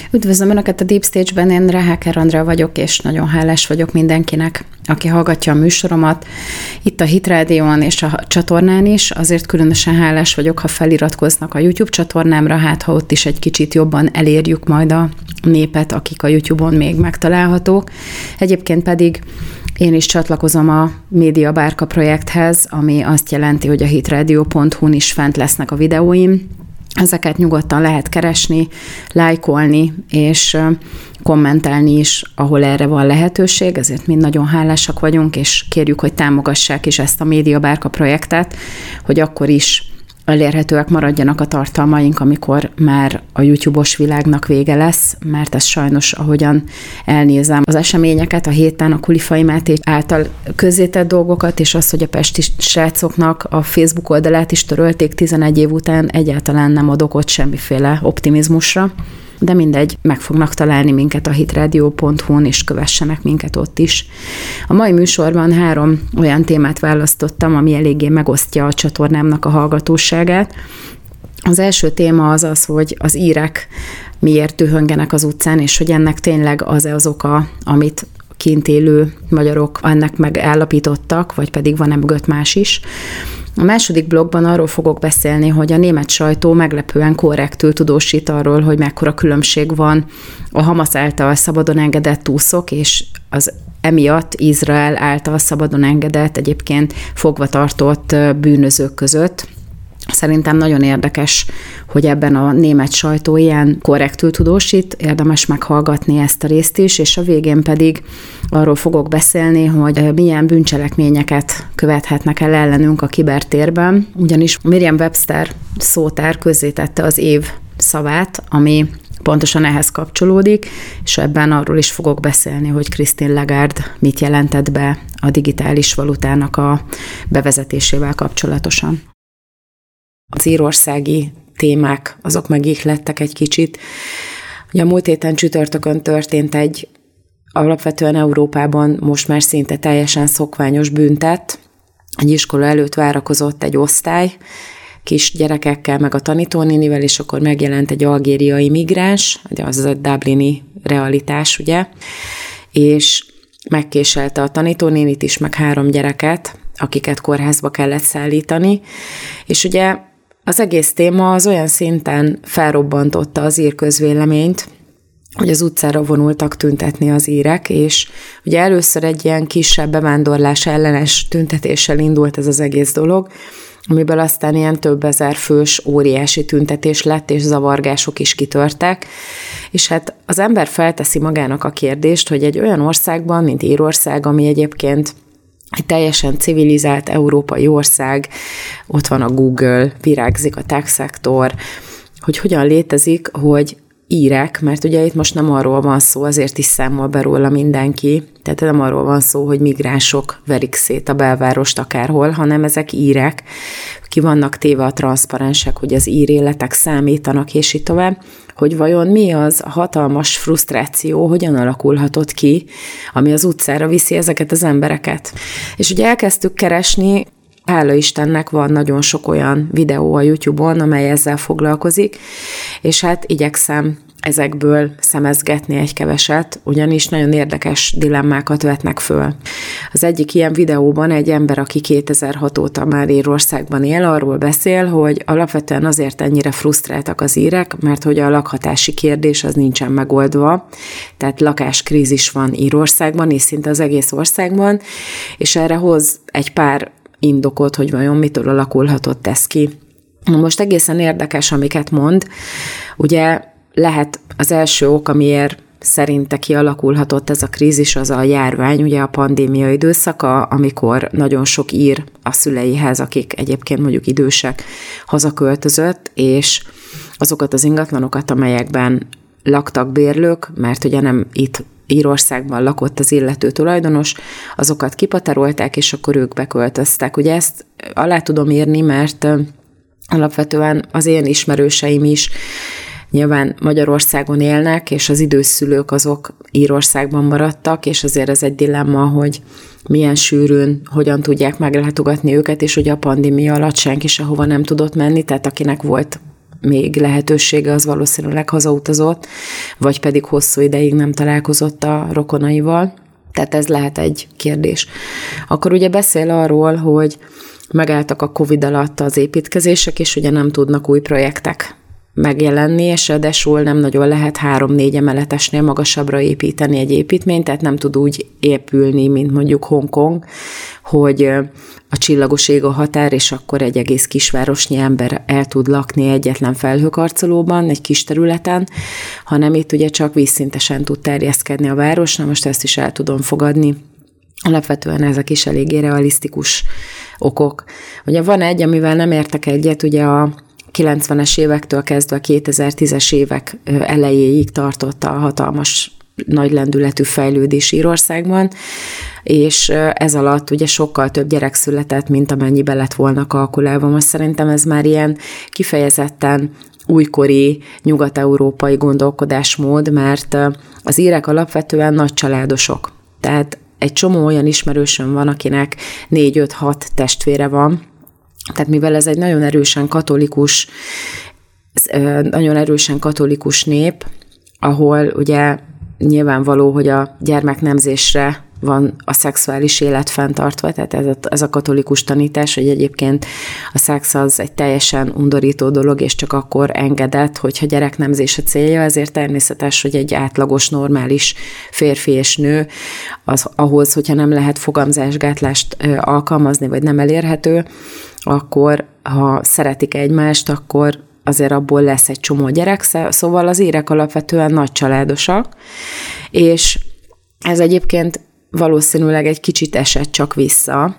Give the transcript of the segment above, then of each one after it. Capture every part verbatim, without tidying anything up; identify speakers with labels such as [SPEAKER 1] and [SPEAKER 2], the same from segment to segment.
[SPEAKER 1] Üdvözlöm Önöket a Deep Stage-ben, én Ráháker Andrea vagyok, és nagyon hálás vagyok mindenkinek, aki hallgatja a műsoromat. Itt a Hit Rádión és a csatornán is, azért különösen hálás vagyok, ha feliratkoznak a YouTube csatornámra, hát ha ott is egy kicsit jobban elérjük majd a népet, akik a YouTube-on még megtalálhatók. Egyébként pedig én is csatlakozom a Média Bárka projekthez, ami azt jelenti, hogy a hitradio pont hu-n is fent lesznek a videóim. Ezeket nyugodtan lehet keresni, lájkolni és kommentálni is, ahol erre van lehetőség, ezért mind nagyon hálásak vagyunk, és kérjük, hogy támogassák is ezt a Média Bárka projektet, hogy akkor is elérhetőek maradjanak a tartalmaink, amikor már a YouTube-os világnak vége lesz, mert ez sajnos, ahogyan elnézem az eseményeket, a héten a Kulifai Máté által közzétett dolgokat, és az, hogy a pesti srácoknak a Facebook oldalát is törölték tizenegy év után, egyáltalán nem adok ott semmiféle optimizmusra. De mindegy, meg fognak találni minket a hitradio pont hu-n, és kövessenek minket ott is. A mai műsorban három olyan témát választottam, ami eléggé megosztja a csatornámnak a hallgatóságát. Az első téma az az, hogy az írek miért dühöngenek az utcán, és hogy ennek tényleg az-e az oka, amit kint élő magyarok ennek megállapítottak, vagy pedig van-e mögött más is. A második blogban arról fogok beszélni, hogy a német sajtó meglepően korrektül tudósít arról, hogy mekkora különbség van a Hamasz által szabadon engedett túszok, és az emiatt Izrael által szabadon engedett, egyébként fogva tartott bűnözők között. Szerintem nagyon érdekes, hogy ebben a német sajtó ilyen korrektül tudósít, érdemes meghallgatni ezt a részt is, és a végén pedig arról fogok beszélni, hogy milyen bűncselekményeket követhetnek el ellenünk a kibertérben, ugyanis Merriam-Webster szótár közzétette az év szavát, ami pontosan ehhez kapcsolódik, és ebben arról is fogok beszélni, hogy Christine Lagarde mit jelentett be a digitális valutának a bevezetésével kapcsolatosan. Az írországi témák, azok meg ihlettek egy kicsit. Ugye a múlt héten csütörtökön történt egy alapvetően Európában most már szinte teljesen szokványos bűntett. Egy iskola előtt várakozott egy osztály, kis gyerekekkel, meg a tanítónénivel, és akkor megjelent egy algériai migráns, az a dublini realitás, ugye, és megkéselte a tanítónénit is, meg három gyereket, akiket kórházba kellett szállítani, és ugye az egész téma az olyan szinten felrobbantotta az ír közvéleményt, hogy az utcára vonultak tüntetni az írek, és ugye először egy ilyen kisebb bevándorlás ellenes tüntetéssel indult ez az egész dolog, amiből aztán ilyen több ezer fős óriási tüntetés lett, és zavargások is kitörtek, és hát az ember felteszi magának a kérdést, hogy egy olyan országban, mint Írország, ami egyébként egy teljesen civilizált európai ország, ott van a Google, virágzik a tech szektor, hogy hogyan létezik, hogy írek, mert ugye itt most nem arról van szó, azért is számol be róla mindenki, tehát nem arról van szó, hogy migránsok verik szét a belvárost akárhol, hanem ezek írek, ki vannak téve a transzparensek, hogy az ír életek számítanak, és így tovább, hogy vajon mi az a hatalmas frusztráció, hogyan alakulhatott ki, ami az utcára viszi ezeket az embereket. És ugye elkezdtük keresni, hála Istennek van nagyon sok olyan videó a YouTube-on, amely ezzel foglalkozik, és hát igyekszem ezekből szemezgetni egy keveset, ugyanis nagyon érdekes dilemmákat vetnek föl. Az egyik ilyen videóban egy ember, aki kétezer-hat óta már Írországban él, arról beszél, hogy alapvetően azért ennyire frusztráltak az írek, mert hogy a lakhatási kérdés az nincsen megoldva, tehát lakáskrízis van Írországban, és szinte az egész országban, és erre hoz egy pár indokot, hogy vajon mitől alakulhatott ez ki. Most egészen érdekes, amiket mond. Ugye lehet az első ok, amiért szerinte kialakulhatott ez a krízis, az a járvány, ugye a pandémia időszaka, amikor nagyon sok ír a szüleihez, akik egyébként mondjuk idősek, hazaköltözött, és azokat az ingatlanokat, amelyekben laktak bérlők, mert ugye nem itt Írországban lakott az illető tulajdonos, azokat kipaterolták, és akkor ők beköltöztek. Ugye ezt alá tudom írni, mert alapvetően az én ismerőseim is nyilván Magyarországon élnek, és az idős szülők azok Írországban maradtak, és azért ez egy dilemma, hogy milyen sűrűn, hogyan tudják meglátogatni őket, és ugye a pandémia alatt senki sehova nem tudott menni, tehát akinek volt még lehetősége, az valószínűleg hazautazott, vagy pedig hosszú ideig nem találkozott a rokonaival. Tehát ez lehet egy kérdés. Akkor ugye beszél arról, hogy megálltak a Covid alatt az építkezések, és ugye nem tudnak új projektek megjelenni, és ráadásul nem nagyon lehet három-négy emeletesnél magasabbra építeni egy építményt, tehát nem tud úgy épülni, mint mondjuk Hongkong, hogy a csillagos ég a határ, és akkor egy egész kisvárosnyi ember el tud lakni egyetlen felhőkarcolóban, egy kis területen, hanem itt ugye csak vízszintesen tud terjeszkedni a város. Na most ezt is el tudom fogadni. Alapvetően ezek is eléggé realisztikus okok. Ugye van egy, amivel nem értek egyet, ugye a kilencvenes évektől kezdve a kétezer-tízes évek elejéig tartott a hatalmas nagy lendületű fejlődés Írországban, és ez alatt ugye sokkal több gyerek született, mint amennyibe lett volna kalkulálva. Most szerintem ez már ilyen kifejezetten újkori nyugat-európai gondolkodásmód, mert az írek alapvetően nagy családosok. Tehát egy csomó olyan ismerősöm van, akinek négy-öt-hat testvére van. Tehát mivel ez egy nagyon erősen katolikus, nagyon erősen katolikus nép, ahol ugye nyilvánvaló, hogy a gyermeknemzésre van a szexuális élet fenntartva, tehát ez a, ez a katolikus tanítás, hogy egyébként a szex az egy teljesen undorító dolog, és csak akkor engedett, hogyha gyereknemzés a célja, ezért természetes, hogy egy átlagos, normális férfi és nő, az, ahhoz, hogyha nem lehet fogamzásgátlást alkalmazni, vagy nem elérhető, akkor ha szeretik egymást, akkor azért abból lesz egy csomó gyerek, szóval az írek alapvetően nagy családosak, és ez egyébként valószínűleg egy kicsit esett csak vissza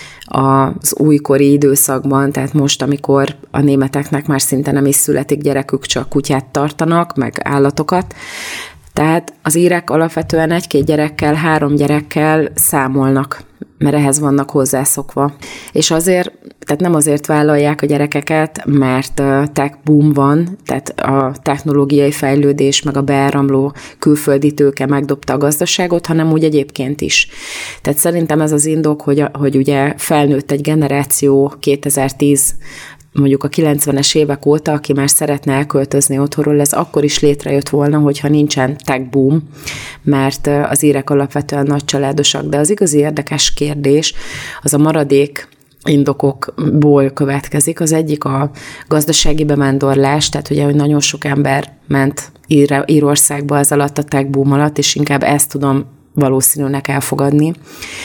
[SPEAKER 1] az újkori időszakban, tehát most, amikor a németeknek már szinte nem is születik gyerekük, csak kutyát tartanak, meg állatokat. Tehát az írek alapvetően egy-két gyerekkel, három gyerekkel számolnak, mert ehhez vannak hozzászokva. És azért, tehát nem azért vállalják a gyerekeket, mert tech boom van, tehát a technológiai fejlődés, meg a beáramló külföldi tőke megdobta a gazdaságot, hanem úgy egyébként is. Tehát szerintem ez az indok, hogy, hogy ugye felnőtt egy generáció kétezer-tíz mondjuk a kilencvenes évek óta, aki már szeretne elköltözni otthonról, ez akkor is létrejött volna, hogyha nincsen tech boom, mert az írek alapvetően nagy családosak. De az igazi érdekes kérdés, az a maradék indokokból következik. Az egyik a gazdasági bevándorlás, tehát ugye, hogy nagyon sok ember ment Ír- Írországba ez alatt a tech boom alatt, és inkább ezt tudom valószínűnek elfogadni,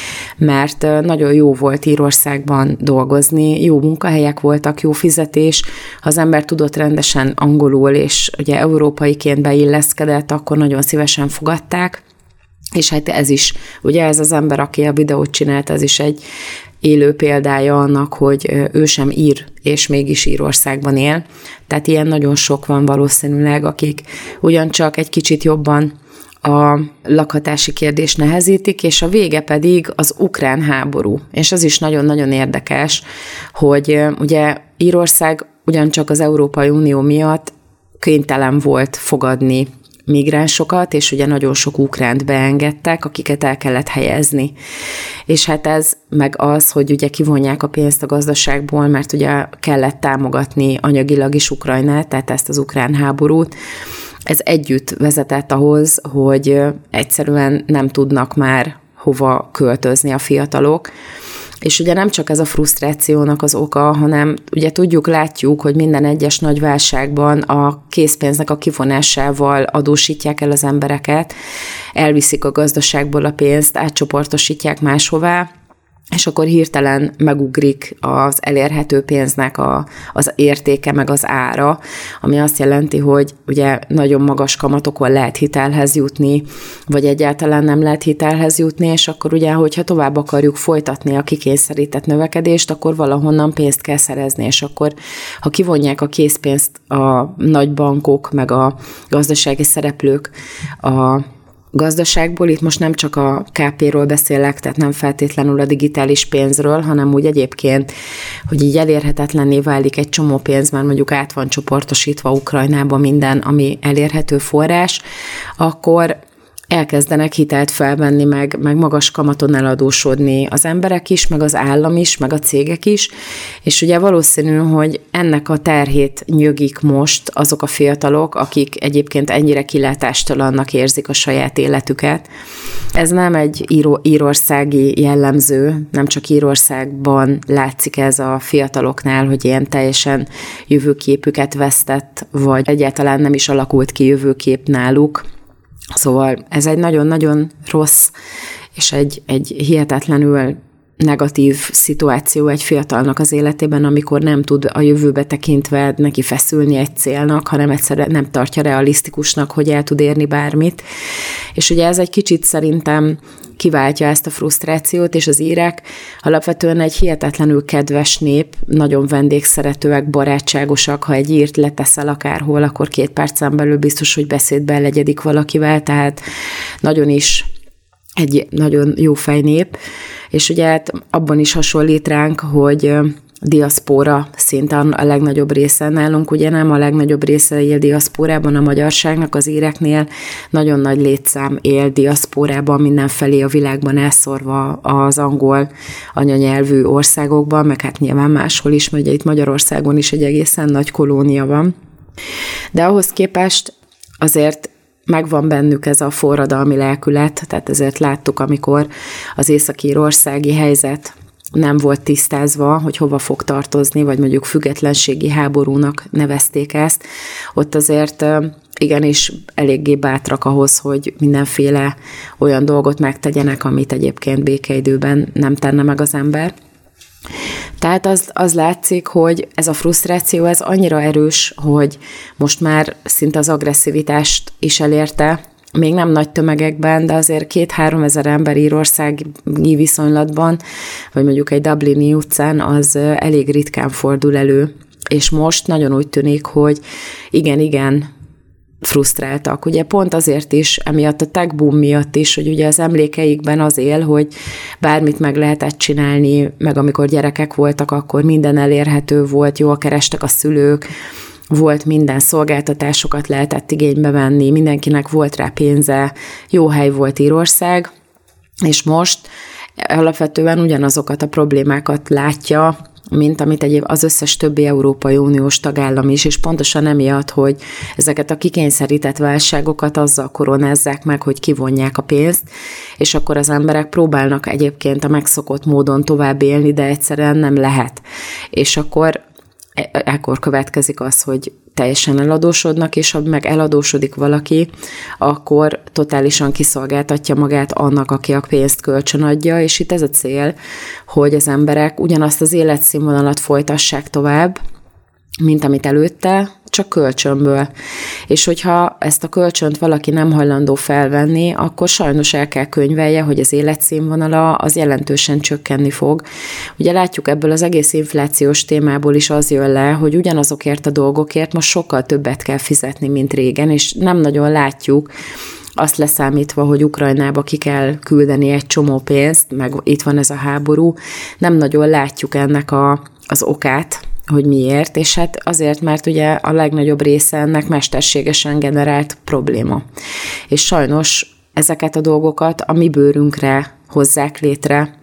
[SPEAKER 1] mert nagyon jó volt Írországban dolgozni, jó munkahelyek voltak, jó fizetés, ha az ember tudott rendesen angolul, és ugye európaiként beilleszkedett, akkor nagyon szívesen fogadták, és hát ez is, ugye ez az ember, aki a videót csinált, ez is egy élő példája annak, hogy ő sem ír, és mégis Írországban él. Tehát ilyen nagyon sok van valószínűleg, akik ugyancsak egy kicsit jobban a lakhatási kérdés nehezítik, és a vége pedig az ukrán háború. És az is nagyon-nagyon érdekes, hogy ugye Írország ugyancsak az Európai Unió miatt kénytelen volt fogadni migránsokat, és ugye nagyon sok ukránt beengedtek, akiket el kellett helyezni. És hát ez meg az, hogy ugye kivonják a pénzt a gazdaságból, mert ugye kellett támogatni anyagilag is Ukrajnát, tehát ezt az ukrán háborút. Ez együtt vezetett ahhoz, hogy egyszerűen nem tudnak már hova költözni a fiatalok. És ugye nem csak ez a frusztrációnak az oka, hanem ugye tudjuk, látjuk, hogy minden egyes nagy válságban a készpénznek a kivonásával adósítják el az embereket, elviszik a gazdaságból a pénzt, átcsoportosítják máshová, és akkor hirtelen megugrik az elérhető pénznek a, az értéke, meg az ára, ami azt jelenti, hogy ugye nagyon magas kamatokon lehet hitelhez jutni, vagy egyáltalán nem lehet hitelhez jutni, és akkor ugye, hogyha tovább akarjuk folytatni a kikényszerített növekedést, akkor valahonnan pénzt kell szerezni, és akkor, ha kivonják a készpénzt a nagy bankok, meg a gazdasági szereplők a gazdaságból, itt most nem csak a ká péről beszélek, tehát nem feltétlenül a digitális pénzről, hanem úgy egyébként, hogy így elérhetetlenné válik egy csomó pénz, mert mondjuk át van csoportosítva Ukrajnába minden, ami elérhető forrás, akkor elkezdenek hitelt felvenni, meg, meg magas kamaton eladósodni az emberek is, meg az állam is, meg a cégek is, és ugye valószínű, hogy ennek a terhét nyögik most azok a fiatalok, akik egyébként ennyire kilátástalannak érzik a saját életüket. Ez nem egy író, írországi jellemző, nem csak Írországban látszik ez a fiataloknál, hogy ilyen teljesen jövőképüket vesztett, vagy egyáltalán nem is alakult ki jövőkép náluk. Szóval ez egy nagyon-nagyon rossz és egy, egy hihetetlenül negatív szituáció egy fiatalnak az életében, amikor nem tud a jövőbe tekintve neki feszülni egy célnak, hanem egyszerűen nem tartja realisztikusnak, hogy el tud érni bármit. És ugye ez egy kicsit szerintem kiváltja ezt a frusztrációt, és az írek alapvetően egy hihetetlenül kedves nép, nagyon vendégszeretőek, barátságosak, ha egy írt leteszel akárhol, akkor két percen belül biztos, hogy beszédbe legyedik valakivel, tehát nagyon is egy nagyon jó fejnép, és ugye hát abban is hasonlít ránk, hogy diaszpóra szinten a legnagyobb része nálunk, ugye nem a legnagyobb része él diaszpórában a magyarságnak, az íreknél nagyon nagy létszám él diaszpórában, mindenfelé a világban elszórva az angol anyanyelvű országokban, meg hát nyilván máshol is, mert ugye itt Magyarországon is egy egészen nagy kolónia van. De ahhoz képest azért megvan bennük ez a forradalmi lelkület, tehát ezért láttuk, amikor az észak-írországi helyzet nem volt tisztázva, hogy hova fog tartozni, vagy mondjuk függetlenségi háborúnak nevezték ezt, ott azért igenis eléggé bátrak ahhoz, hogy mindenféle olyan dolgot megtegyenek, amit egyébként békeidőben nem tenne meg az ember. Tehát az, az látszik, hogy ez a frusztráció, ez annyira erős, hogy most már szinte az agresszivitást is elérte, még nem nagy tömegekben, de azért két-három ezer ember írországi viszonylatban, vagy mondjuk egy dublini utcán, az elég ritkán fordul elő. És most nagyon úgy tűnik, hogy igen-igen, frusztráltak. Ugye pont azért is, emiatt a tech boom miatt is, hogy ugye az emlékeikben az él, hogy bármit meg lehetett csinálni, meg amikor gyerekek voltak, akkor minden elérhető volt, jól kerestek a szülők, volt minden, szolgáltatásokat lehetett igénybe venni, mindenkinek volt rá pénze, jó hely volt Írország, és most alapvetően ugyanazokat a problémákat látja, mint amit egyéb az összes többi Európai Uniós tagállam is, és pontosan emiatt, hogy ezeket a kikényszerített válságokat azzal koronázzák meg, hogy kivonják a pénzt, és akkor az emberek próbálnak egyébként a megszokott módon tovább élni, de egyszerűen nem lehet. És akkor ekkor következik az, hogy teljesen eladósodnak, és ha meg eladósodik valaki, akkor totálisan kiszolgáltatja magát annak, aki a pénzt kölcsönadja, és itt ez a cél, hogy az emberek ugyanazt az életszínvonalat folytassák tovább, mint amit előtte, csak kölcsönből. És hogyha ezt a kölcsönt valaki nem hajlandó felvenni, akkor sajnos el kell könyvelje, hogy az életszínvonala az jelentősen csökkenni fog. Ugye látjuk ebből az egész inflációs témából is az jön le, hogy ugyanazokért a dolgokért most sokkal többet kell fizetni, mint régen, és nem nagyon látjuk, azt leszámítva, hogy Ukrajnába ki kell küldeni egy csomó pénzt, meg itt van ez a háború, nem nagyon látjuk ennek a, az okát, hogy miért, és hát azért, mert ugye a legnagyobb része ennek mesterségesen generált probléma. És sajnos ezeket a dolgokat a mi bőrünkre hozzák létre,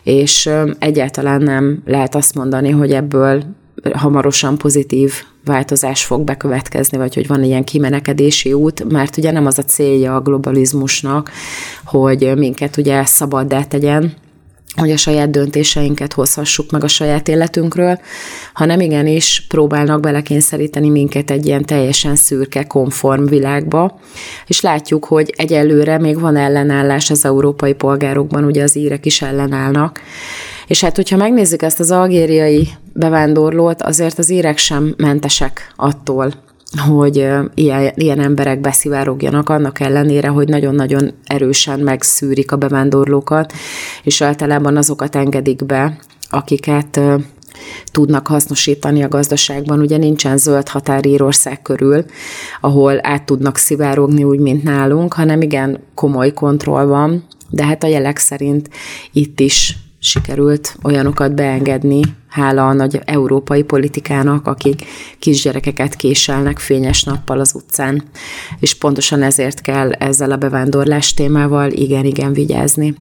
[SPEAKER 1] és egyáltalán nem lehet azt mondani, hogy ebből hamarosan pozitív változás fog bekövetkezni, vagy hogy van ilyen kimenekedési út, mert ugye nem az a célja a globalizmusnak, hogy minket ugye szabaddá tegyen, hogy a saját döntéseinket hozhassuk meg a saját életünkről, hanem igenis próbálnak belekényszeríteni minket egy ilyen teljesen szürke, konform világba, és látjuk, hogy egyelőre még van ellenállás az európai polgárokban, ugye az írek is ellenállnak, és hát, hogyha megnézzük ezt az algériai bevándorlót, azért az írek sem mentesek attól, hogy ilyen, ilyen emberek beszivárogjanak, annak ellenére, hogy nagyon-nagyon erősen megszűrik a bevándorlókat, és általában azokat engedik be, akiket tudnak hasznosítani a gazdaságban. Ugye nincsen zöld határ Írország körül, ahol át tudnak szivárogni úgy, mint nálunk, hanem igen komoly kontroll van, de hát a jelek szerint itt is sikerült olyanokat beengedni, hála a nagy európai politikának, akik kisgyerekeket késelnek fényes nappal az utcán. És pontosan ezért kell ezzel a bevándorlás témával igen-igen vigyázni.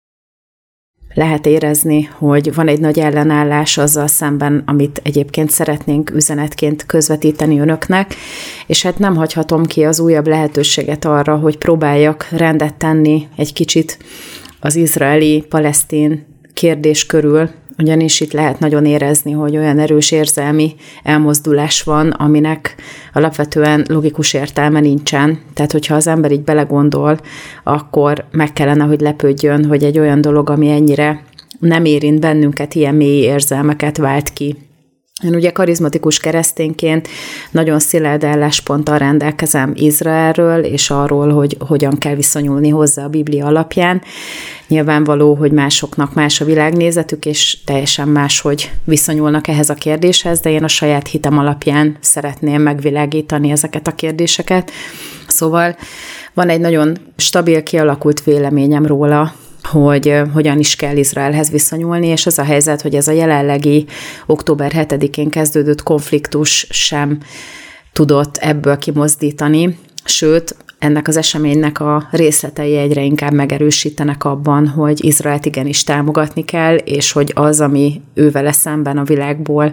[SPEAKER 1] Lehet érezni, hogy van egy nagy ellenállás azzal szemben, amit egyébként szeretnénk üzenetként közvetíteni önöknek, és hát nem hagyhatom ki az újabb lehetőséget arra, hogy próbáljak rendet tenni egy kicsit az izraeli-palesztin kérdés körül, ugyanis itt lehet nagyon érezni, hogy olyan erős érzelmi elmozdulás van, aminek alapvetően logikus értelme nincsen. Tehát, hogyha az ember így belegondol, akkor meg kellene, hogy lepődjön, hogy egy olyan dolog, ami ennyire nem érint bennünket, ilyen mély érzelmeket vált ki. Én ugye karizmatikus keresztényként nagyon szilárd állásponttal rendelkezem Izraelről, és arról, hogy hogyan kell viszonyulni hozzá a Biblia alapján. Nyilvánvaló, hogy másoknak más a világnézetük, és teljesen máshogy viszonyulnak ehhez a kérdéshez, de én a saját hitem alapján szeretném megvilágítani ezeket a kérdéseket. Szóval van egy nagyon stabil, kialakult véleményem róla, hogy hogyan is kell Izraelhez viszonyulni, és az a helyzet, hogy ez a jelenlegi október hetedikén kezdődött konfliktus sem tudott ebből kimozdítani, sőt, ennek az eseménynek a részletei egyre inkább megerősítenek abban, hogy Izraelt igenis támogatni kell, és hogy az, ami ővele szemben a világból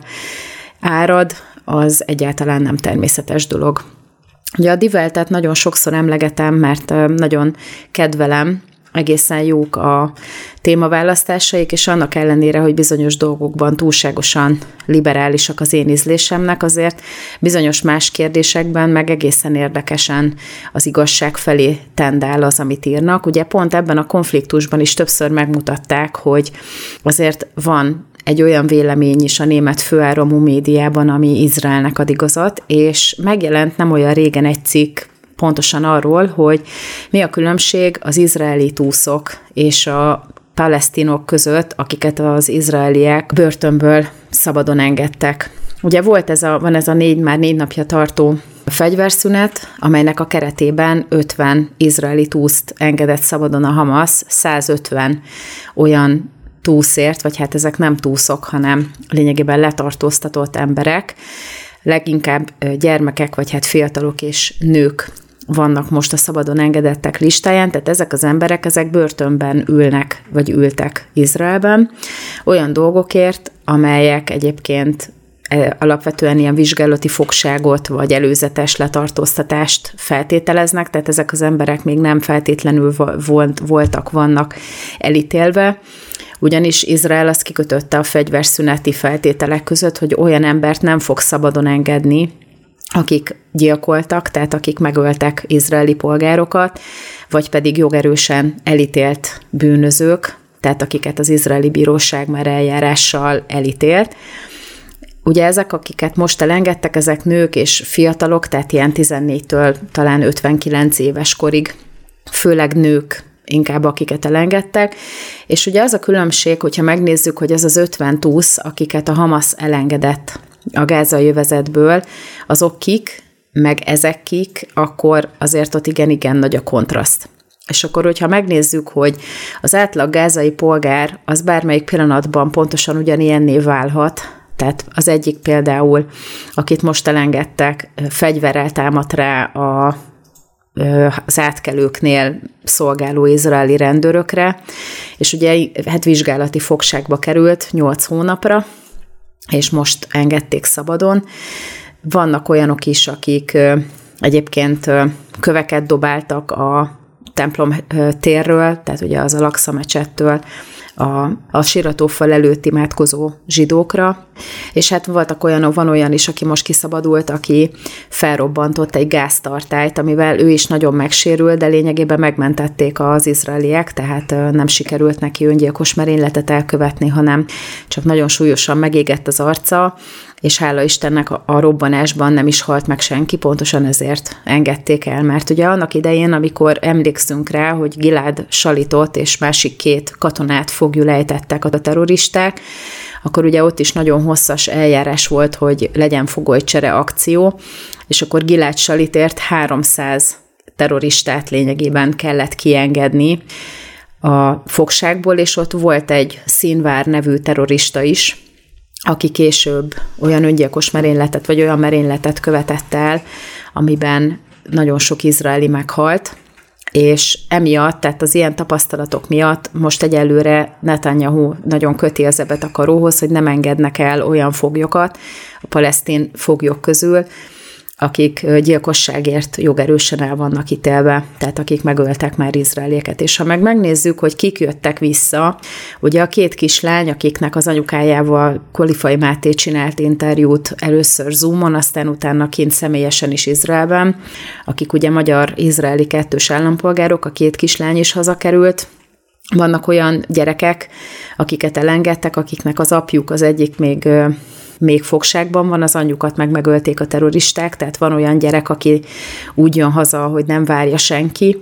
[SPEAKER 1] árad, az egyáltalán nem természetes dolog. Ugye a Die Weltet nagyon sokszor emlegetem, mert nagyon kedvelem, egészen jók a témaválasztásaik, és annak ellenére, hogy bizonyos dolgokban túlságosan liberálisak az én ízlésemnek, azért bizonyos más kérdésekben meg egészen érdekesen az igazság felé tendál az, amit írnak. Ugye pont ebben a konfliktusban is többször megmutatták, hogy azért van egy olyan vélemény is a német főáramú médiában, ami Izraelnek ad igazat, és megjelent nem olyan régen egy cikk, pontosan arról, hogy mi a különbség az izraeli túszok és a palesztinok között, akiket az izraeliek börtönből szabadon engedtek. Ugye volt ez a, van ez a négy, már négy napja tartó fegyverszünet, amelynek a keretében ötven izraeli túszt engedett szabadon a Hamas, százötven olyan túszért, vagy hát ezek nem túszok, hanem lényegében letartóztatott emberek, leginkább gyermekek, vagy hát fiatalok és nők vannak most a szabadon engedettek listáján, tehát ezek az emberek, ezek börtönben ülnek, vagy ültek Izraelben, olyan dolgokért, amelyek egyébként alapvetően ilyen vizsgálati fogságot, vagy előzetes letartóztatást feltételeznek, tehát ezek az emberek még nem feltétlenül volt, voltak, vannak elítélve, ugyanis Izrael azt kikötötte a fegyverszüneti feltételek között, hogy olyan embert nem fog szabadon engedni, akik gyilkoltak, tehát akik megöltek izraeli polgárokat, vagy pedig jogerősen elítélt bűnözők, tehát akiket az izraeli bíróság már eljárással elítélt. Ugye ezek, akiket most elengedtek, ezek nők és fiatalok, tehát ilyen tizennégytől talán ötvenkilenc éves korig, főleg nők, inkább akiket elengedtek, és ugye az a különbség, hogyha megnézzük, hogy az az ötven túsz, akiket a Hamas elengedett a gázai övezetből, azok kik, meg ezek kik, akkor azért ott igen-igen nagy a kontraszt. És akkor, hogyha megnézzük, hogy az átlag gázai polgár az bármelyik pillanatban pontosan ugyanilyenné válhat, tehát az egyik például, akit most elengedtek, fegyverrel támadt rá a az átkelőknél szolgáló izraeli rendőrökre, és ugye hát vizsgálati fogságba került nyolc hónapra, és most engedték szabadon. Vannak olyanok is, akik egyébként köveket dobáltak a templom térről, tehát ugye az Al-Aqsa mecsettől a, a síratófal előtt imádkozó zsidókra, és hát voltak olyanok, van olyan is, aki most kiszabadult, aki felrobbantott egy gáztartályt, amivel ő is nagyon megsérült, de lényegében megmentették az izraeliek, tehát nem sikerült neki öngyilkos merényletet elkövetni, hanem csak nagyon súlyosan megégett az arca, és hála Istennek a robbanásban nem is halt meg senki, pontosan ezért engedték el, mert ugye annak idején, amikor emlékszünk rá, hogy Gilad Shalitot és másik két katonát foglyul ejtettek a terroristák, akkor ugye ott is nagyon hosszas eljárás volt, hogy legyen fogolycsere akció, és akkor Gilad Shalitért háromszáz terroristát lényegében kellett kiengedni a fogságból, és ott volt egy Sinwar nevű terrorista is, aki később olyan öngyilkos merényletet, vagy olyan merényletet követett el, amiben nagyon sok izraeli meghalt, és emiatt, tehát az ilyen tapasztalatok miatt most egyelőre Netanyahu nagyon köti az ebet a karóhoz, hogy nem engednek el olyan foglyokat a palesztin foglyok közül, akik gyilkosságért jogerősen el vannak ítélve, tehát akik megöltek már izraelieket. És ha meg megnézzük, hogy kik jöttek vissza, ugye a két kislány, akiknek az anyukájával Kolifai Máté csinált interjút először Zoomon, aztán utána kint személyesen is Izraelben, akik ugye magyar-izraeli kettős állampolgárok, a két kislány is hazakerült. Vannak olyan gyerekek, akiket elengedtek, akiknek az apjuk az egyik még még fogságban van, az anyjukat meg megölték a terroristák, tehát van olyan gyerek, aki úgy jön haza, hogy nem várja senki,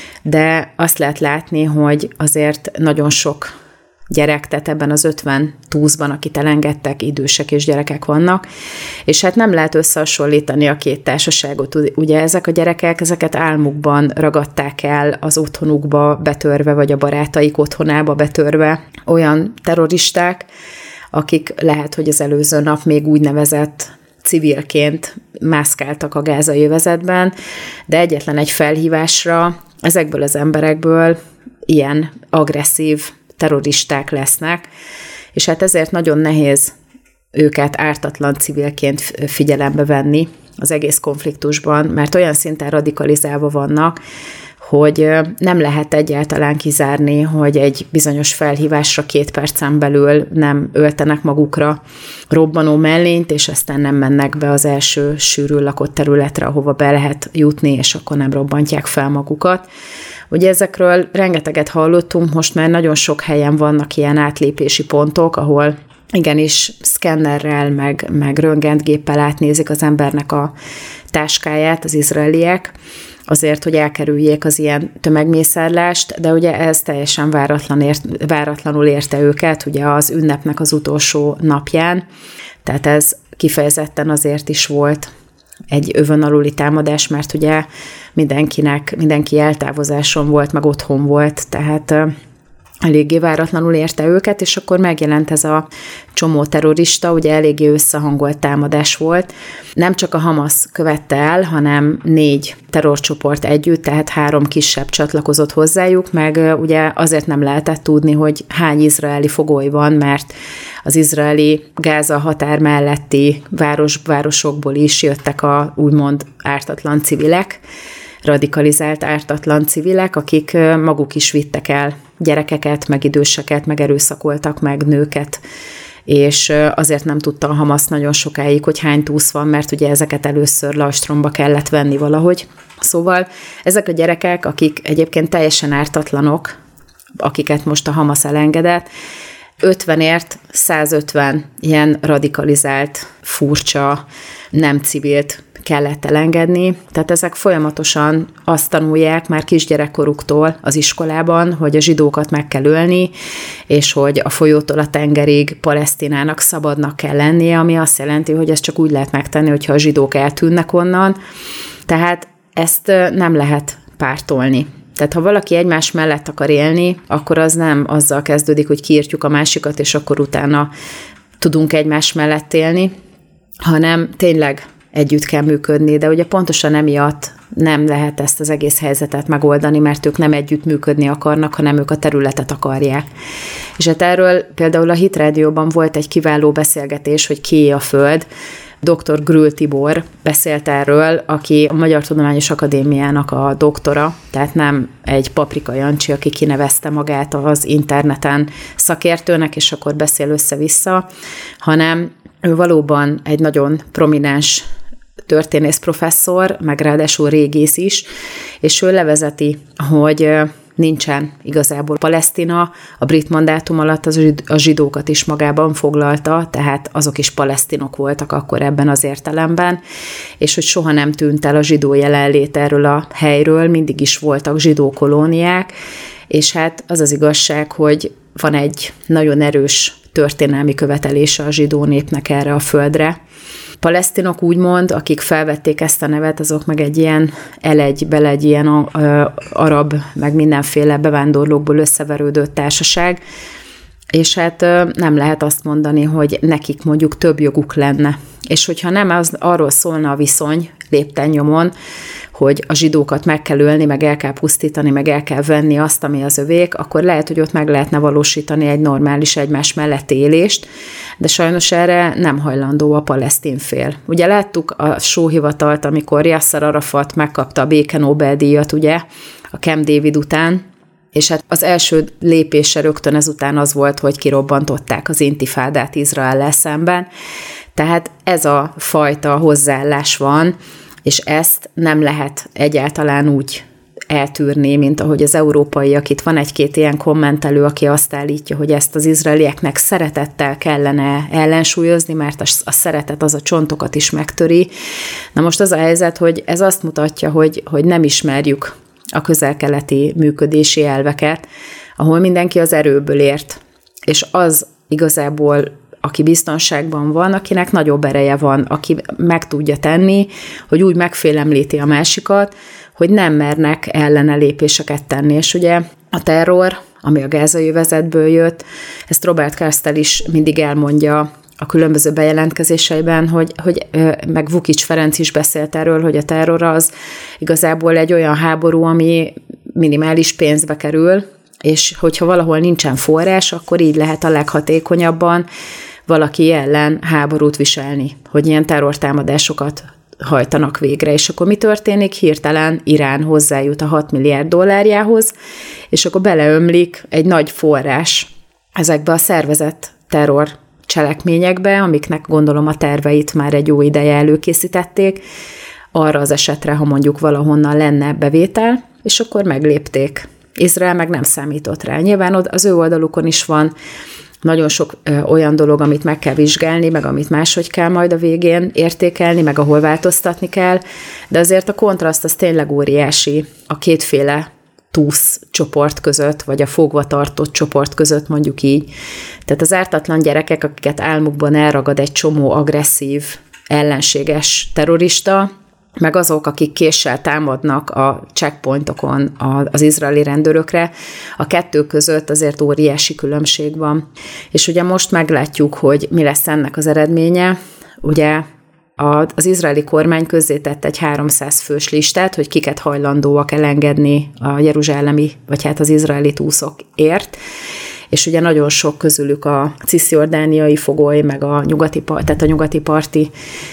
[SPEAKER 1] de azt lehet látni, hogy azért nagyon sok gyerek, tehát ebben az ötven túszban, akit elengedtek, idősek és gyerekek vannak, és hát nem lehet összehasonlítani a két társaságot. Ugye ezek a gyerekek, ezeket álmukban ragadták el az otthonukba betörve, vagy a barátaik otthonába betörve olyan terroristák, akik lehet, hogy az előző nap még úgynevezett civilként mászkáltak a gázai övezetben, de egyetlen egy felhívásra ezekből az emberekből ilyen agresszív terroristák lesznek, és hát ezért nagyon nehéz őket ártatlan civilként figyelembe venni az egész konfliktusban, mert olyan szinten radikalizálva vannak, hogy nem lehet egyáltalán kizárni, hogy egy bizonyos felhívásra két percen belül nem öltenek magukra robbanó mellényt, és aztán nem mennek be az első sűrűn lakott területre, ahova be lehet jutni, és akkor nem robbantják fel magukat. Ugye ezekről rengeteget hallottunk, most már nagyon sok helyen vannak ilyen átlépési pontok, ahol igenis szkennerrel, meg, meg röntgentgéppel átnézik az embernek a táskáját az izraeliek, azért, hogy elkerüljék az ilyen tömegmészárlást, de ugye ez teljesen váratlan ért, váratlanul érte őket, ugye az ünnepnek az utolsó napján, tehát ez kifejezetten azért is volt egy övön aluli támadás, mert ugye mindenkinek, mindenki eltávozáson volt, meg otthon volt, tehát eléggé váratlanul érte őket, és akkor megjelent ez a csomó terrorista, ugye eléggé összehangolt támadás volt. Nem csak a Hamas követte el, hanem négy terrorcsoport együtt, tehát három kisebb csatlakozott hozzájuk, meg ugye azért nem lehetett tudni, hogy hány izraeli fogoly van, mert az izraeli Gáza határ melletti város, városokból is jöttek a úgymond ártatlan civilek, radikalizált ártatlan civilek, akik maguk is vittek el gyerekeket, meg időseket, meg erőszakoltak meg nőket, és azért nem tudta a Hamas nagyon sokáig, hogy hány túsz van, mert ugye ezeket először lajstromba kellett venni valahogy. Szóval ezek a gyerekek, akik egyébként teljesen ártatlanok, akiket most a Hamas elengedett, ötvenért százötven ilyen radikalizált, furcsa, nem civilt kellett elengedni. Tehát ezek folyamatosan azt tanulják már kisgyerekkoruktól az iskolában, hogy a zsidókat meg kell ölni, és hogy a folyótól a tengerig Palesztinának szabadnak kell lennie, ami azt jelenti, hogy ezt csak úgy lehet megtenni, hogyha a zsidók eltűnnek onnan. Tehát ezt nem lehet pártolni. Tehát ha valaki egymás mellett akar élni, akkor az nem azzal kezdődik, hogy kiírtjuk a másikat, és akkor utána tudunk egymás mellett élni, hanem tényleg együtt kell működni, de ugye pontosan emiatt nem lehet ezt az egész helyzetet megoldani, mert ők nem együtt működni akarnak, hanem ők a területet akarják. És hát erről például a Hit Rádióban volt egy kiváló beszélgetés, hogy kié a Föld. doktor Grül Tibor beszélt erről, aki a Magyar Tudományos Akadémiának a doktora, tehát nem egy Paprika Jancsi, aki kinevezte magát az interneten szakértőnek, és akkor beszél össze-vissza, hanem ő valóban egy nagyon prominens történész professzor, meg ráadásul régész is, és ő levezeti, hogy nincsen igazából Palesztina, a brit mandátum alatt a zsidókat is magában foglalta, tehát azok is palesztinok voltak akkor ebben az értelemben, és hogy soha nem tűnt el a zsidó jelenlét erről a helyről, mindig is voltak zsidó kolóniák, és hát az az igazság, hogy van egy nagyon erős történelmi követelése a zsidó népnek erre a földre, palesztinok úgymond, akik felvették ezt a nevet, azok meg egy ilyen elegy, belegy, ilyen arab, meg mindenféle bevándorlókból összeverődött társaság, és hát nem lehet azt mondani, hogy nekik mondjuk több joguk lenne. És hogyha nem az, arról szólna a viszony lépten nyomon, hogy a zsidókat meg kell ölni, meg el kell pusztítani, meg el kell venni azt, ami az övék, akkor lehet, hogy ott meg lehetne valósítani egy normális egymás melletti élést, de sajnos erre nem hajlandó a palesztin fél. Ugye láttuk a sóhivatalt, amikor Yasser Arafat megkapta a béke Nobel-díjat, ugye, a Camp David után, és hát az első lépése rögtön ezután az volt, hogy kirobbantották az intifádát Izraellel szemben. Tehát ez a fajta hozzáállás van, és ezt nem lehet egyáltalán úgy eltűrni, mint ahogy az európaiak. Itt van egy-két ilyen kommentelő, aki azt állítja, hogy ezt az izraelieknek szeretettel kellene ellensúlyozni, mert a szeretet az a csontokat is megtöri. Na most az a helyzet, hogy ez azt mutatja, hogy, hogy nem ismerjük a közel-keleti működési elveket, ahol mindenki az erőből ért, és az igazából, aki biztonságban van, akinek nagyobb ereje van, aki meg tudja tenni, hogy úgy megfélemlíti a másikat, hogy nem mernek ellene lépéseket tenni. És ugye a terror, ami a gázai övezetből jött, ezt Robert Kastel is mindig elmondja a különböző bejelentkezéseiben, hogy, hogy meg Vukics Ferenc is beszélt erről, hogy a terror az igazából egy olyan háború, ami minimális pénzbe kerül, és hogyha valahol nincsen forrás, akkor így lehet a leghatékonyabban valaki ellen háborút viselni, hogy ilyen terrortámadásokat hajtanak végre. És akkor mi történik? Hirtelen Irán hozzájut a hat milliárd dollárjához, és akkor beleömlik egy nagy forrás ezekbe a szervezett terror cselekményekbe, amiknek gondolom a terveit már egy jó ideje előkészítették, arra az esetre, ha mondjuk valahonnan lenne bevétel, és akkor meglépték. Izrael meg nem számított rá. Nyilván az ő oldalukon is van nagyon sok ö, olyan dolog, amit meg kell vizsgálni, meg amit máshogy kell majd a végén értékelni, meg ahol változtatni kell, de azért a kontraszt az tényleg óriási a kétféle túsz csoport között, vagy a fogva tartott csoport között, mondjuk így. Tehát az ártatlan gyerekek, akiket álmukban elragad egy csomó agresszív, ellenséges terrorista, meg azok, akik késsel támadnak a checkpointokon az izraeli rendőrökre, a kettő között azért óriási különbség van. És ugye most meglátjuk, hogy mi lesz ennek az eredménye. Ugye az izraeli kormány közzétett egy háromszáz fős listát, hogy kiket hajlandóak elengedni a jeruzsálemi, vagy hát az izraeli túszokért, és ugye nagyon sok közülük a cisziordániai fogoly, meg a nyugati, tehát a nyugati parti,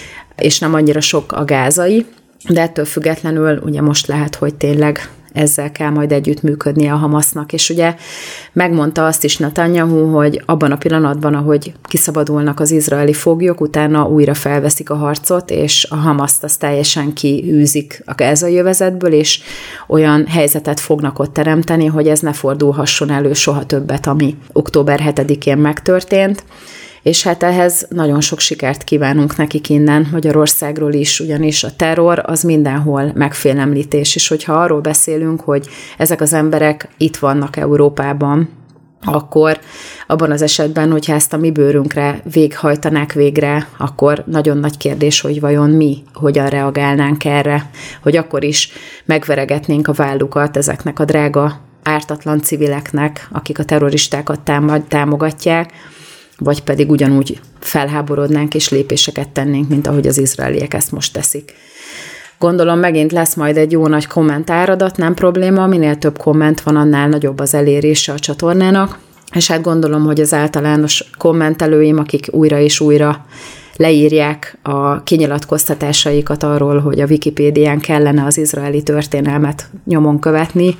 [SPEAKER 1] és nem annyira sok a gázai, de ettől függetlenül ugye most lehet, hogy tényleg ezzel kell majd együttműködnie a Hamasznak, és ugye megmondta azt is Netanyahu, hogy abban a pillanatban, ahogy kiszabadulnak az izraeli foglyok, utána újra felveszik a harcot, és a Hamaszt azt teljesen kiűzik a gázai övezetből, és olyan helyzetet fognak ott teremteni, hogy ez ne fordulhasson elő soha többet, ami október hetedikén megtörtént. És hát ehhez nagyon sok sikert kívánunk nekik innen Magyarországról is, ugyanis a terror az mindenhol megfélemlítés, és hogyha arról beszélünk, hogy ezek az emberek itt vannak Európában, akkor abban az esetben, hogyha ezt a mi bőrünkre véghajtanák végre, akkor nagyon nagy kérdés, hogy vajon mi hogyan reagálnánk erre, hogy akkor is megveregetnénk a vállukat ezeknek a drága, ártatlan civileknek, akik a terroristákat támogatják, vagy pedig ugyanúgy felháborodnánk és lépéseket tennénk, mint ahogy az izraeliek ezt most teszik. Gondolom megint lesz majd egy jó nagy kommentáradat, nem probléma, minél több komment van, annál nagyobb az elérése a csatornának, és hát gondolom, hogy az általános kommentelőim, akik újra és újra leírják a kinyilatkoztatásaikat arról, hogy a Wikipédián kellene az izraeli történelmet nyomon követni,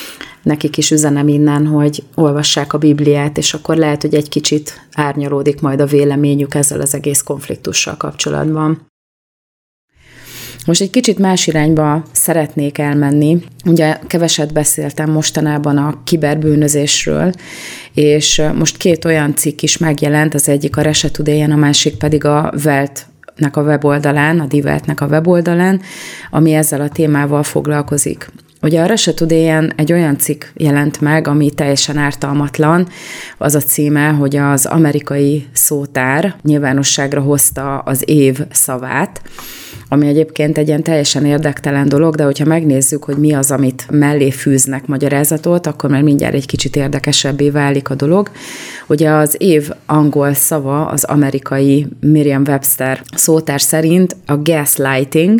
[SPEAKER 1] nekik is üzenem innen, hogy olvassák a Bibliát, és akkor lehet, hogy egy kicsit árnyalódik majd a véleményük ezzel az egész konfliktussal kapcsolatban. Most egy kicsit más irányba szeretnék elmenni. Ugye keveset beszéltem mostanában a kiberbűnözésről, és most két olyan cikk is megjelent, az egyik a Russia Today-en, a másik pedig a Welt-nek a weboldalán, a Die Welt-nek a weboldalán, ami ezzel a témával foglalkozik. Ugye a Russia Today-en egy olyan cikk jelent meg, ami teljesen ártalmatlan, az a címe, hogy az amerikai szótár nyilvánosságra hozta az év szavát, ami egyébként egy ilyen teljesen érdektelen dolog, de hogyha megnézzük, hogy mi az, amit mellé fűznek magyarázatot, akkor már mindjárt egy kicsit érdekesebbé válik a dolog. Ugye az év angol szava az amerikai Merriam-Webster szótár szerint a gaslighting.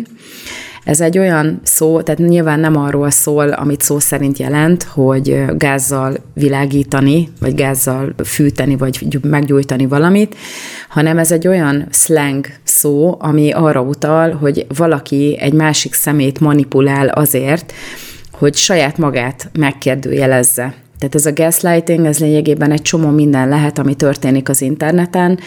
[SPEAKER 1] Ez egy olyan szó, tehát nyilván nem arról szól, amit szó szerint jelent, hogy gázzal világítani, vagy gázzal fűteni, vagy meggyújtani valamit, hanem ez egy olyan slang szó, ami arra utal, hogy valaki egy másik szemét manipulál azért, hogy saját magát megkérdőjelezze. Tehát ez a gaslighting, ez lényegében egy csomó minden lehet, ami történik az interneten.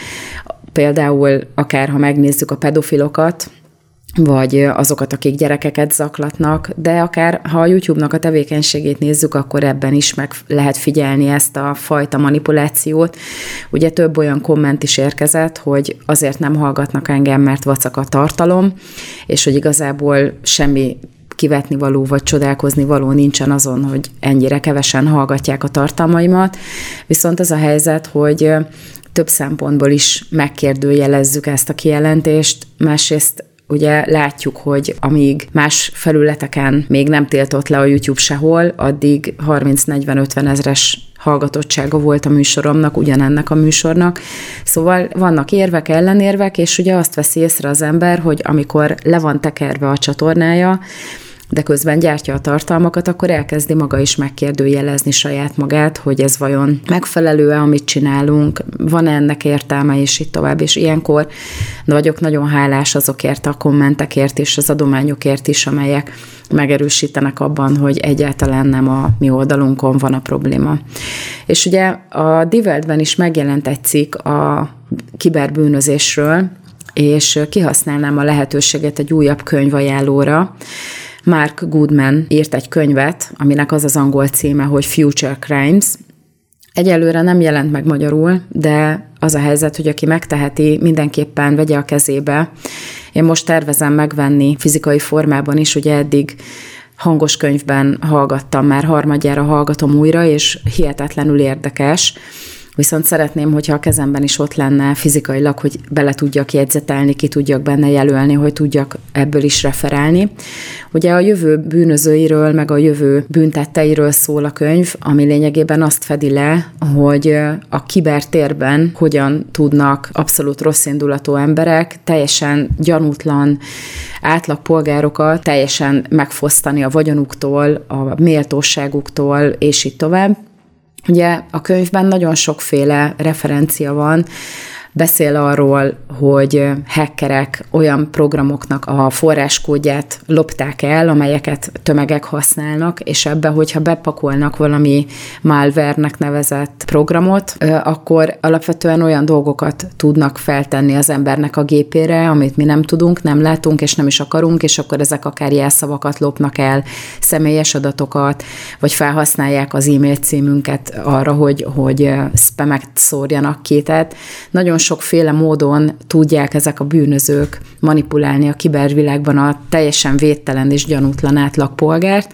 [SPEAKER 1] Például akár, ha megnézzük a pedofilokat, vagy azokat, akik gyerekeket zaklatnak, de akár ha a YouTube-nak a tevékenységét nézzük, akkor ebben is meg lehet figyelni ezt a fajta manipulációt. Ugye több olyan komment is érkezett, hogy azért nem hallgatnak engem, mert vacak a tartalom, és hogy igazából semmi kivetni való, vagy csodálkozni való nincsen azon, hogy ennyire kevesen hallgatják a tartalmaimat. Viszont az a helyzet, hogy több szempontból is megkérdőjelezzük ezt a kijelentést, másrészt ugye látjuk, hogy amíg más felületeken még nem tiltott le a YouTube sehol, addig harminc-negyven-ötven ezres hallgatottsága volt a műsoromnak, ugyanennek a műsornak. Szóval vannak érvek, ellenérvek, és ugye azt veszi észre az ember, hogy amikor le van tekerve a csatornája, de közben gyártja a tartalmakat, akkor elkezdi maga is megkérdőjelezni saját magát, hogy ez vajon megfelelő-e, amit csinálunk, van-e ennek értelme, és így tovább. És ilyenkor vagyok nagyon hálás azokért a kommentekért és az adományokért is, amelyek megerősítenek abban, hogy egyáltalán nem a mi oldalunkon van a probléma. És ugye a Die Weltben is megjelent egy cikk a kiberbűnözésről, és kihasználnám a lehetőséget egy újabb könyvajánlóra. Mark Goodman írt egy könyvet, aminek az az angol címe, hogy Future Crimes. Egyelőre nem jelent meg magyarul, de az a helyzet, hogy aki megteheti, mindenképpen vegye a kezébe. Én most tervezem megvenni fizikai formában is, ugye eddig hangos könyvben hallgattam, már harmadjára hallgatom újra, és hihetetlenül érdekes. Viszont szeretném, hogyha a kezemben is ott lenne fizikailag, hogy bele tudjak jegyzetelni, ki tudjak benne jelölni, hogy tudjak ebből is referálni. Ugye a jövő bűnözőiről, meg a jövő bűntetteiről szól a könyv, ami lényegében azt fedi le, hogy a kibertérben hogyan tudnak abszolút rosszindulatú emberek teljesen gyanútlan átlagpolgárokat teljesen megfosztani a vagyonuktól, a méltóságuktól, és így tovább. Ugye a könyvben nagyon sokféle referencia van, beszél arról, hogy hackerek olyan programoknak a forráskódját lopták el, amelyeket tömegek használnak, és ebbe, hogyha bepakolnak valami malware-nek nevezett programot, akkor alapvetően olyan dolgokat tudnak feltenni az embernek a gépére, amit mi nem tudunk, nem látunk, és nem is akarunk, és akkor ezek akár jelszavakat lopnak el, személyes adatokat, vagy felhasználják az e-mail címünket arra, hogy, hogy spamet szórjanak ki. Tehát nagyon sokféle módon tudják ezek a bűnözők manipulálni a kibervilágban a teljesen védtelen és gyanútlan átlagpolgárt.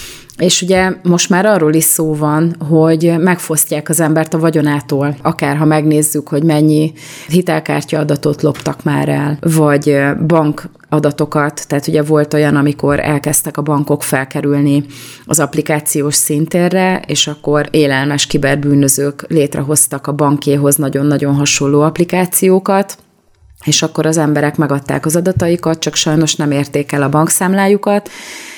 [SPEAKER 1] És ugye most már arról is szó van, hogy megfosztják az embert a vagyonától, akár ha megnézzük, hogy mennyi hitelkártya adatot loptak már el, vagy bank adatokat, tehát ugye volt olyan, amikor elkezdtek a bankok felkerülni az applikációs szintérre, és akkor élelmes kiberbűnözők létrehoztak a bankéhoz nagyon-nagyon hasonló applikációkat, és akkor az emberek megadták az adataikat, csak sajnos nem érték el a bankszámlájukat,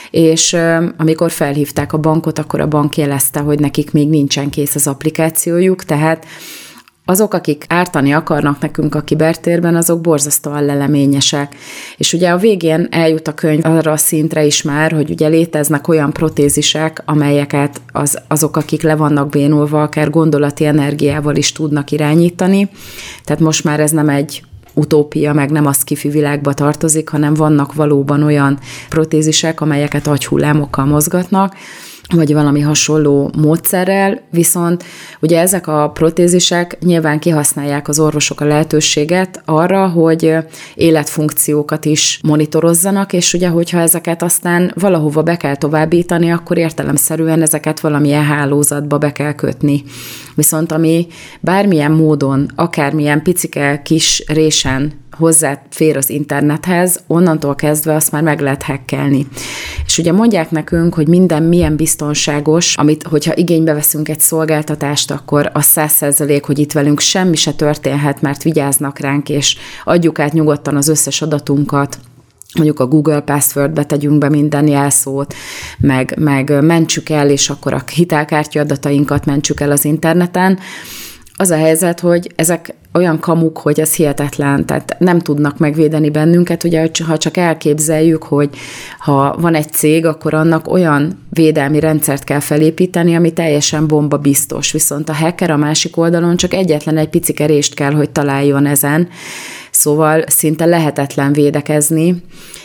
[SPEAKER 1] és amikor felhívták a bankot, akkor a bank jelezte, hogy nekik még nincsen kész az applikációjuk, tehát azok, akik ártani akarnak nekünk a kibertérben, azok borzasztóan leleményesek. És ugye a végén eljut a könyv arra a szintre is már, hogy ugye léteznek olyan protézisek, amelyeket az, azok, akik le vannak bénulva, akár gondolati energiával is tudnak irányítani. Tehát most már ez nem egy utópia, meg nem a sci-fi világba tartozik, hanem vannak valóban olyan protézisek, amelyeket agyhullámokkal mozgatnak, vagy valami hasonló módszerrel, viszont ugye ezek a protézisek nyilván kihasználják az orvosok a lehetőséget arra, hogy életfunkciókat is monitorozzanak, és ugye, hogyha ezeket aztán valahova be kell továbbítani, akkor értelemszerűen ezeket valamilyen hálózatba be kell kötni. Viszont ami bármilyen módon, akármilyen picike kis résen hozzáfér az internethez, onnantól kezdve azt már meg lehet hackelni. És ugye mondják nekünk, hogy minden milyen biztonságos, amit, hogyha igénybe veszünk egy szolgáltatást, akkor az száz százalék, hogy itt velünk semmi se történhet, mert vigyáznak ránk, és adjuk át nyugodtan az összes adatunkat, mondjuk a Google Passwordbe tegyünk be minden jelszót, meg, meg mentsük el, és akkor a hitelkártya adatainkat mentsük el az interneten. Az a helyzet, hogy ezek olyan kamuk, hogy ez hihetetlen, tehát nem tudnak megvédeni bennünket, ugye, ha csak elképzeljük, hogy ha van egy cég, akkor annak olyan védelmi rendszert kell felépíteni, ami teljesen bomba biztos, viszont a hacker a másik oldalon csak egyetlen egy picike rést kell, hogy találjon ezen, szóval szinte lehetetlen védekezni,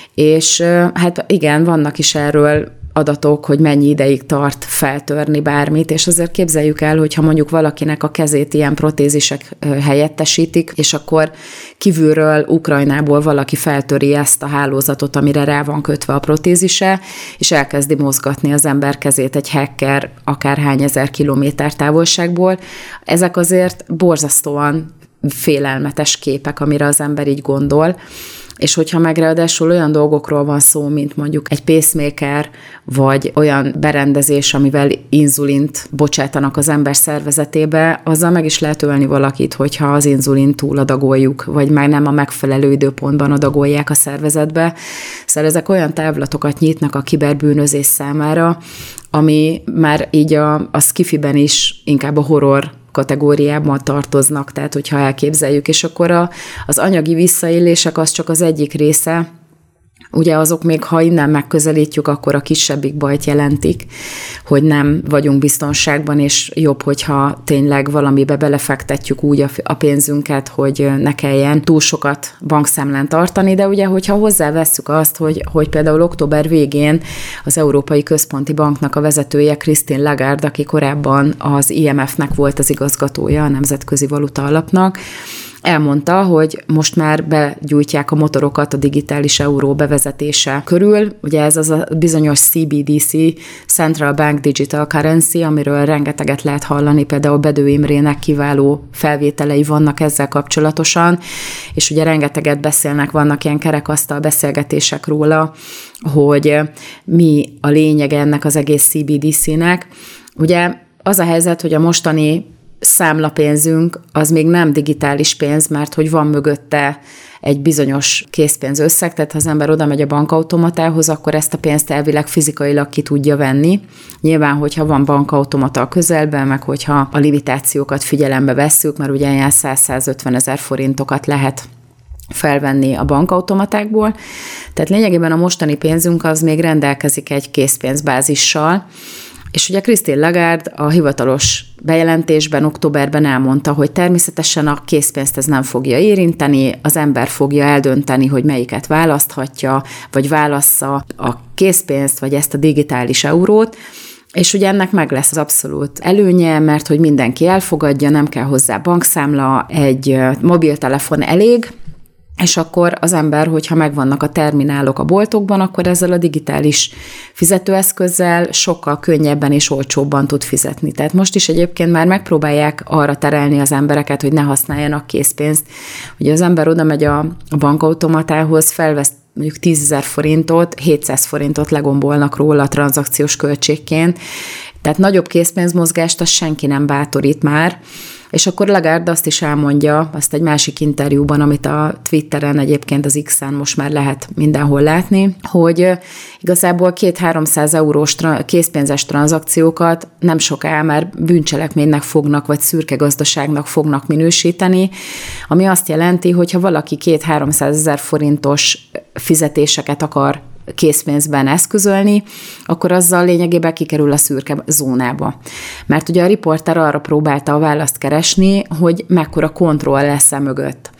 [SPEAKER 1] és hát igen, vannak is erről adatok, hogy mennyi ideig tart feltörni bármit, és azért képzeljük el, hogyha mondjuk valakinek a kezét ilyen protézisek helyettesítik, és akkor kívülről, Ukrajnából valaki feltöri ezt a hálózatot, amire rá van kötve a protézise, és elkezdi mozgatni az ember kezét egy hacker akárhány ezer kilométer távolságból. Ezek azért borzasztóan félelmetes képek, amire az ember így gondol, és hogyha meg ráadásul olyan dolgokról van szó, mint mondjuk egy pacemaker, vagy olyan berendezés, amivel inzulint bocsátanak az ember szervezetébe, azzal meg is lehet ölni valakit, hogyha az inzulint túladagoljuk, vagy már nem a megfelelő időpontban adagolják a szervezetbe. Szóval ezek olyan távlatokat nyitnak a kiberbűnözés számára, ami már így a, a sci-fiben is inkább a horror kategóriában tartoznak, tehát hogyha elképzeljük, és akkor a, az anyagi visszaélések az csak az egyik része, ugye azok még, ha innen megközelítjük, akkor a kisebbik bajt jelentik, hogy nem vagyunk biztonságban, és jobb, hogyha tényleg valamibe belefektetjük úgy a pénzünket, hogy ne kelljen túl sokat bankszámlán tartani, de ugye, hogyha hozzávesszük azt, hogy, hogy például október végén az Európai Központi Banknak a vezetője Christine Lagarde, aki korábban az I M F-nek volt az igazgatója, a Nemzetközi Valuta Alapnak, elmondta, hogy most már begyújtják a motorokat a digitális euró bevezetése körül. Ugye ez az a bizonyos C B D C, Central Bank Digital Currency, amiről rengeteget lehet hallani, például Bedő Imrének kiváló felvételei vannak ezzel kapcsolatosan, és ugye rengeteget beszélnek, vannak ilyen kerekasztal beszélgetések róla, hogy mi a lényege ennek az egész C B D C-nek. Ugye az a helyzet, hogy a mostani számlapénzünk az még nem digitális pénz, mert hogy van mögötte egy bizonyos készpénzösszeg, tehát ha az ember oda megy a bankautomatához, akkor ezt a pénzt elvileg fizikailag ki tudja venni. Nyilván, hogyha van bankautomata a közelben, meg hogyha a limitációkat figyelembe vesszük, mert ugye ilyen száz-százötven ezer forintokat lehet felvenni a bankautomatákból. Tehát lényegében a mostani pénzünk az még rendelkezik egy készpénzbázissal, és ugye Christine Lagarde a hivatalos bejelentésben októberben elmondta, hogy természetesen a készpénzt ez nem fogja érinteni, az ember fogja eldönteni, hogy melyiket választhatja, vagy válassza a készpénzt, vagy ezt a digitális eurót, és ugye ennek meg lesz az abszolút előnye, mert hogy mindenki elfogadja, nem kell hozzá bankszámla, egy mobiltelefon elég, és akkor az ember, hogyha megvannak a terminálok a boltokban, akkor ezzel a digitális fizetőeszközzel sokkal könnyebben és olcsóbban tud fizetni. Tehát most is egyébként már megpróbálják arra terelni az embereket, hogy ne használjanak készpénzt. Ugye az ember oda megy a bankautomatához, felvesz mondjuk tízezer forintot, hétszáz forintot legombolnak róla a tranzakciós költségként. Tehát nagyobb készpénzmozgást azt senki nem bátorít már. És akkor Lagarde azt is elmondja, azt egy másik interjúban, amit a Twitteren, egyébként az X-en most már lehet mindenhol látni, hogy igazából két-háromszáz eurós tra- készpénzes tranzakciókat nem soká már bűncselekménynek fognak, vagy szürke gazdaságnak fognak minősíteni, ami azt jelenti, hogy ha valaki két-háromszázezer forintos fizetéseket akar készpénzben eszközölni, akkor azzal lényegében kikerül a szürke zónába. Mert ugye a riporter arra próbálta a választ keresni, hogy mekkora kontroll lesz e mögött.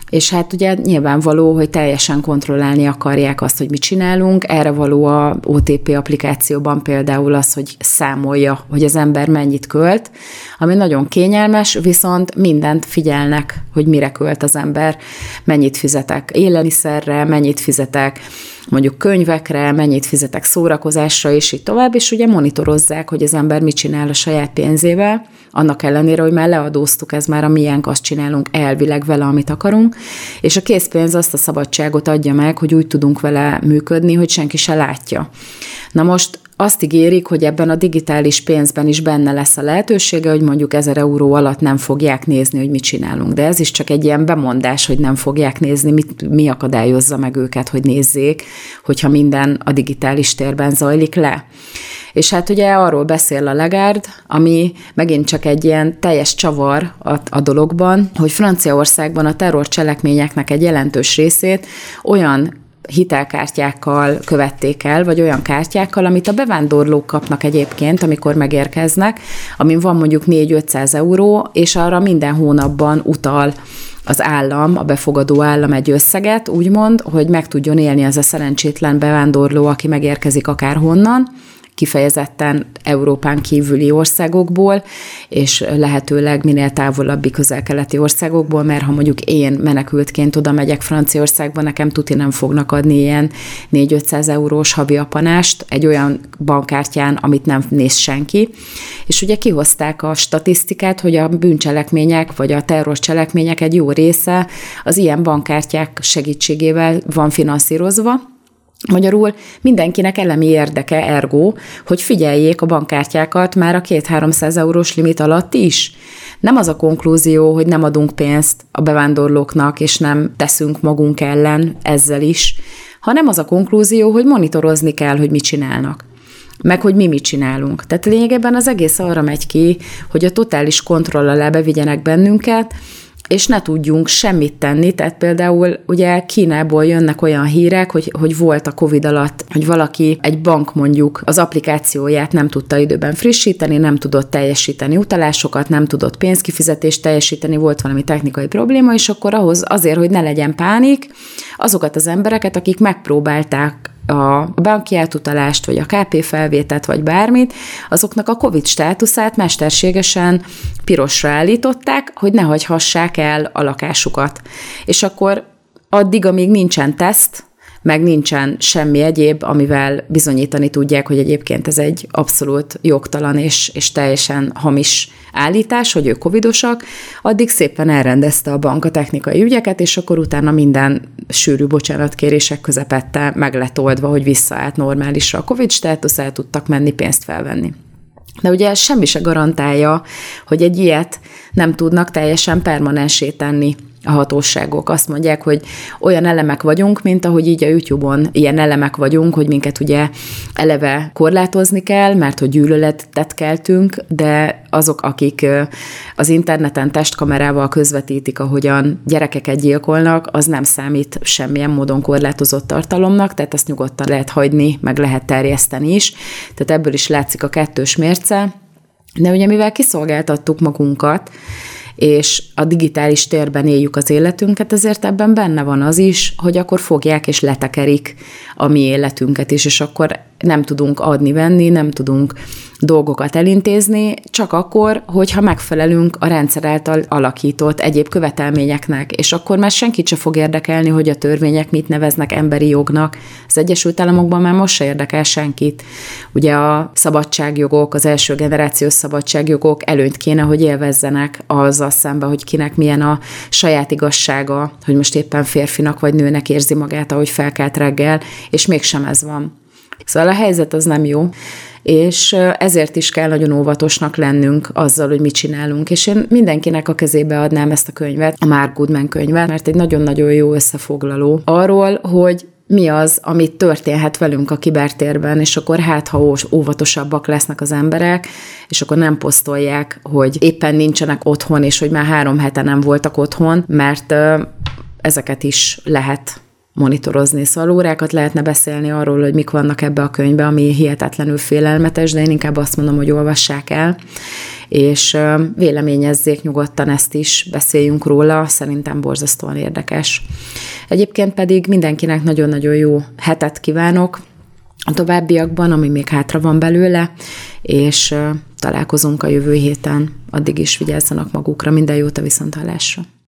[SPEAKER 1] És hát ugye nyilvánvaló, hogy teljesen kontrollálni akarják azt, hogy mit csinálunk. Erre való a o té pé applikációban például az, hogy számolja, hogy az ember mennyit költ, ami nagyon kényelmes, viszont mindent figyelnek, hogy mire költ az ember, mennyit fizetek élelmiszerre, mennyit fizetek mondjuk könyvekre, mennyit fizetek szórakozásra, és így tovább, és ugye monitorozzák, hogy az ember mit csinál a saját pénzével, annak ellenére, hogy már leadóztuk, ez már a miénk, azt csinálunk elvileg vele, amit akarunk, és a készpénz azt a szabadságot adja meg, hogy úgy tudunk vele működni, hogy senki se látja. Na most azt ígérik, hogy ebben a digitális pénzben is benne lesz a lehetősége, hogy mondjuk ezer euró alatt nem fogják nézni, hogy mit csinálunk. De ez is csak egy ilyen bemondás, hogy nem fogják nézni, mit, mi akadályozza meg őket, hogy nézzék, hogyha minden a digitális térben zajlik le. És hát ugye arról beszél a Lagarde, ami megint csak egy ilyen teljes csavar a, a dologban, hogy Franciaországban a terrorcselekményeknek egy jelentős részét olyan hitelkártyákkal követték el, vagy olyan kártyákkal, amit a bevándorlók kapnak egyébként, amikor megérkeznek, amin van mondjuk négy-ötszáz euró, és arra minden hónapban utal az állam, a befogadó állam egy összeget, úgymond, hogy meg tudjon élni az a szerencsétlen bevándorló, aki megérkezik akárhonnan, kifejezetten Európán kívüli országokból, és lehetőleg minél távolabbi közel-keleti országokból, mert ha mondjuk én menekültként oda megyek Franciaországba, nekem tuti nem fognak adni ilyen négy-ötszáz eurós havi apanást egy olyan bankkártyán, amit nem néz senki. És ugye kihozták a statisztikát, hogy a bűncselekmények, vagy a terrorcselekmények egy jó része az ilyen bankkártyák segítségével van finanszírozva. Magyarul mindenkinek elemi érdeke, ergo, hogy figyeljék a bankkártyákat már a két-háromszáz eurós limit alatt is. Nem az a konklúzió, hogy nem adunk pénzt a bevándorlóknak, és nem teszünk magunk ellen ezzel is, hanem az a konklúzió, hogy monitorozni kell, hogy mit csinálnak. Meg hogy mi mit csinálunk. Tehát lényegében az egész arra megy ki, hogy a totális kontroll alá bevigyenek bennünket, és ne tudjunk semmit tenni, tehát például ugye Kínából jönnek olyan hírek, hogy, hogy volt a Covid alatt, hogy valaki, egy bank mondjuk az applikációját nem tudta időben frissíteni, nem tudott teljesíteni utalásokat, nem tudott pénzkifizetést teljesíteni, volt valami technikai probléma, és akkor ahhoz azért, hogy ne legyen pánik, azokat az embereket, akik megpróbálták a banki átutalást, vagy a ká pé felvételt, vagy bármit, azoknak a Covid státuszát mesterségesen pirosra állították, hogy ne hagyhassák el a lakásukat. És akkor addig, amíg nincsen teszt, meg nincsen semmi egyéb, amivel bizonyítani tudják, hogy egyébként ez egy abszolút jogtalan és, és teljesen hamis állítás, hogy ők covidosak, addig szépen elrendezte a bank a technikai ügyeket, és akkor utána minden sűrű bocsánatkérések közepette meg lett oldva, hogy visszaállt normálisra a Covid státusz, el tudtak menni pénzt felvenni. De ugye semmi se garantálja, hogy egy ilyet nem tudnak teljesen permanensé tenni a hatóságok. Azt mondják, hogy olyan elemek vagyunk, mint ahogy így a YouTube-on ilyen elemek vagyunk, hogy minket ugye eleve korlátozni kell, mert hogy gyűlöletet keltünk, de azok, akik az interneten testkamerával közvetítik, ahogyan gyerekeket gyilkolnak, az nem számít semmilyen módon korlátozott tartalomnak, tehát ezt nyugodtan lehet hagyni, meg lehet terjeszteni is. Tehát ebből is látszik a kettős mérce. De ugye mivel kiszolgáltattuk magunkat, és a digitális térben éljük az életünket, ezért ebben benne van az is, hogy akkor fogják és letekerik a mi életünket is, és akkor nem tudunk adni-venni, nem tudunk dolgokat elintézni, csak akkor, hogyha megfelelünk a rendszer által alakított egyéb követelményeknek, és akkor már senkit se fog érdekelni, hogy a törvények mit neveznek emberi jognak. Az Egyesült Államokban már most se érdekel senkit. Ugye a szabadságjogok, az első generációs szabadságjogok előnyt kéne, hogy élvezzenek azzal szemben, hogy kinek milyen a saját igazsága, hogy most éppen férfinak vagy nőnek érzi magát, ahogy felkelt reggel, és mégsem ez van. Szóval a helyzet az nem jó, és ezért is kell nagyon óvatosnak lennünk azzal, hogy mit csinálunk. És én mindenkinek a kezébe adnám ezt a könyvet, a Mark Goodman könyvet, mert egy nagyon-nagyon jó összefoglaló arról, hogy mi az, amit történhet velünk a kibertérben, és akkor hát, ha óvatosabbak lesznek az emberek, és akkor nem posztolják, hogy éppen nincsenek otthon, és hogy már három hete nem voltak otthon, mert ezeket is lehet monitorozni. Szóval órákat lehetne beszélni arról, hogy mik vannak ebbe a könyvbe, ami hihetetlenül félelmetes, de én inkább azt mondom, hogy olvassák el, és véleményezzék nyugodtan ezt is, beszéljünk róla, szerintem borzasztóan érdekes. Egyébként pedig mindenkinek nagyon-nagyon jó hetet kívánok a továbbiakban, ami még hátra van belőle, és találkozunk a jövő héten. Addig is vigyázzanak magukra, minden jót, a viszonthallásra.